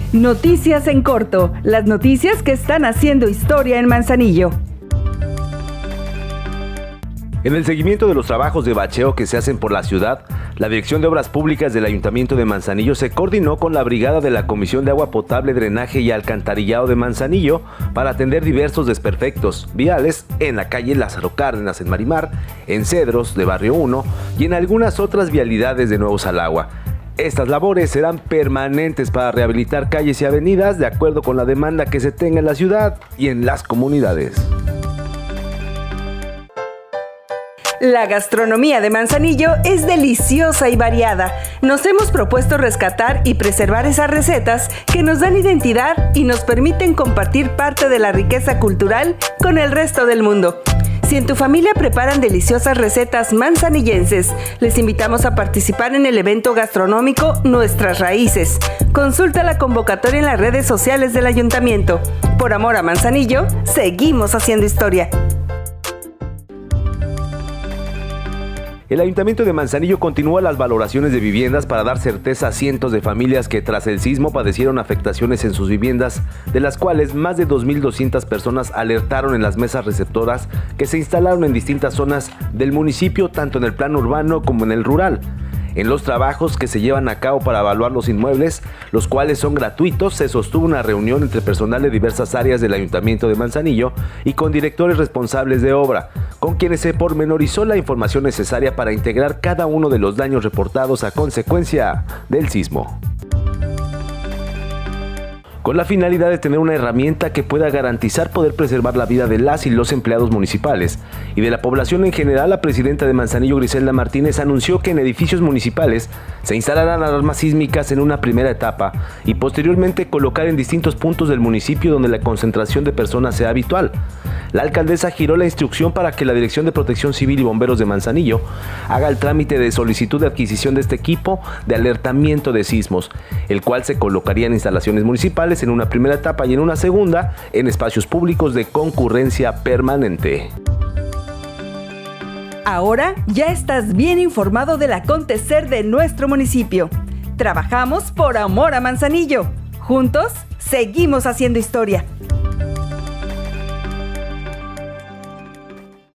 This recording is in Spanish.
Noticias en corto, las noticias que están haciendo historia en Manzanillo. En el seguimiento de los trabajos de bacheo que se hacen por la ciudad, la Dirección de Obras Públicas del Ayuntamiento de Manzanillo se coordinó con la brigada de la Comisión de Agua Potable, Drenaje y Alcantarillado de Manzanillo para atender diversos desperfectos viales en la calle Lázaro Cárdenas en Marimar, en Cedros de Barrio 1 y en algunas otras vialidades de Nuevo Salagua. Estas labores serán permanentes para rehabilitar calles y avenidas de acuerdo con la demanda que se tenga en la ciudad y en las comunidades. La gastronomía de Manzanillo es deliciosa y variada. Nos hemos propuesto rescatar y preservar esas recetas que nos dan identidad y nos permiten compartir parte de la riqueza cultural con el resto del mundo. Si en tu familia preparan deliciosas recetas manzanillenses, les invitamos a participar en el evento gastronómico Nuestras Raíces. Consulta la convocatoria en las redes sociales del Ayuntamiento. Por amor a Manzanillo, seguimos haciendo historia. El Ayuntamiento de Manzanillo continúa las valoraciones de viviendas para dar certeza a cientos de familias que tras el sismo padecieron afectaciones en sus viviendas, de las cuales más de 2.200 personas alertaron en las mesas receptoras que se instalaron en distintas zonas del municipio, tanto en el plano urbano como en el rural. En los trabajos que se llevan a cabo para evaluar los inmuebles, los cuales son gratuitos, se sostuvo una reunión entre personal de diversas áreas del Ayuntamiento de Manzanillo y con directores responsables de obra, con quienes se pormenorizó la información necesaria para integrar cada uno de los daños reportados a consecuencia del sismo, con la finalidad de tener una herramienta que pueda garantizar poder preservar la vida de las y los empleados municipales y de la población en general. La presidenta de Manzanillo, Griselda Martínez, anunció que en edificios municipales se instalarán alarmas sísmicas en una primera etapa y posteriormente colocar en distintos puntos del municipio donde la concentración de personas sea habitual. La alcaldesa giró la instrucción para que la Dirección de Protección Civil y Bomberos de Manzanillo haga el trámite de solicitud de adquisición de este equipo de alertamiento de sismos, el cual se colocaría en instalaciones municipales en una primera etapa y en una segunda en espacios públicos de concurrencia permanente. Ahora ya estás bien informado del acontecer de nuestro municipio. Trabajamos por amor a Manzanillo. Juntos seguimos haciendo historia.